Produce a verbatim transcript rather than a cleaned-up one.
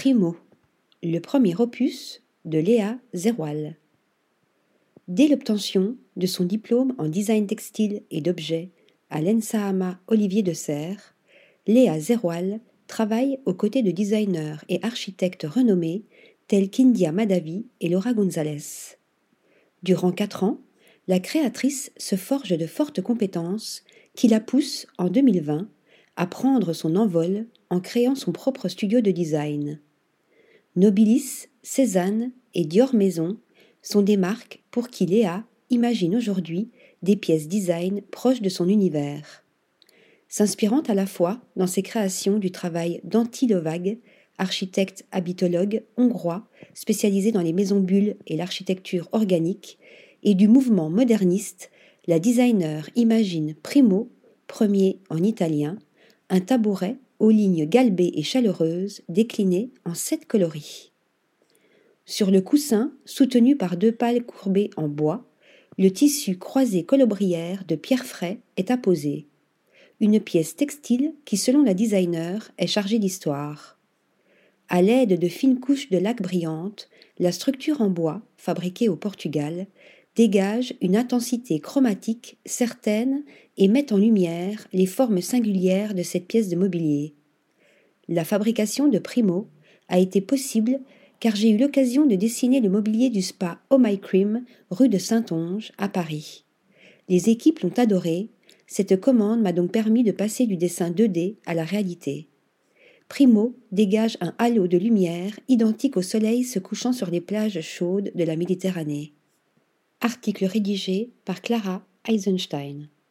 Primo, le premier opus de Léa Zerwal. Dès l'obtention de son diplôme en design textile et d'objets à l'Ensahama Olivier de Serres, Léa Zerwal travaille aux côtés de designers et architectes renommés tels qu'India Madhavi et Laura Gonzalez. Durant quatre ans, la créatrice se forge de fortes compétences qui la poussent en deux mille vingt à prendre son envol en créant son propre studio de design. Nobilis, Cézanne et Dior Maison sont des marques pour qui Léa imagine aujourd'hui des pièces design proches de son univers. S'inspirant à la fois dans ses créations du travail d'Antti Lovag, architecte habitologue hongrois spécialisé dans les maisons bulles et l'architecture organique, et du mouvement moderniste, la designer imagine Primo, premier en italien, un tabouret aux lignes galbées et chaleureuses déclinées en sept coloris. Sur le coussin, soutenu par deux pales courbées en bois, le tissu croisé colobrière de pierre frais est apposé. Une pièce textile qui, selon la designer, est chargée d'histoire. À l'aide de fines couches de laque brillante, la structure en bois, fabriquée au Portugal, dégage une intensité chromatique certaine et met en lumière les formes singulières de cette pièce de mobilier. La fabrication de Primo a été possible car j'ai eu l'occasion de dessiner le mobilier du spa Oh My Cream, rue de Saintonge, à Paris. Les équipes l'ont adoré, cette commande m'a donc permis de passer du dessin deux D à la réalité. Primo dégage un halo de lumière identique au soleil se couchant sur les plages chaudes de la Méditerranée. Article rédigé par Clara Eisenstein.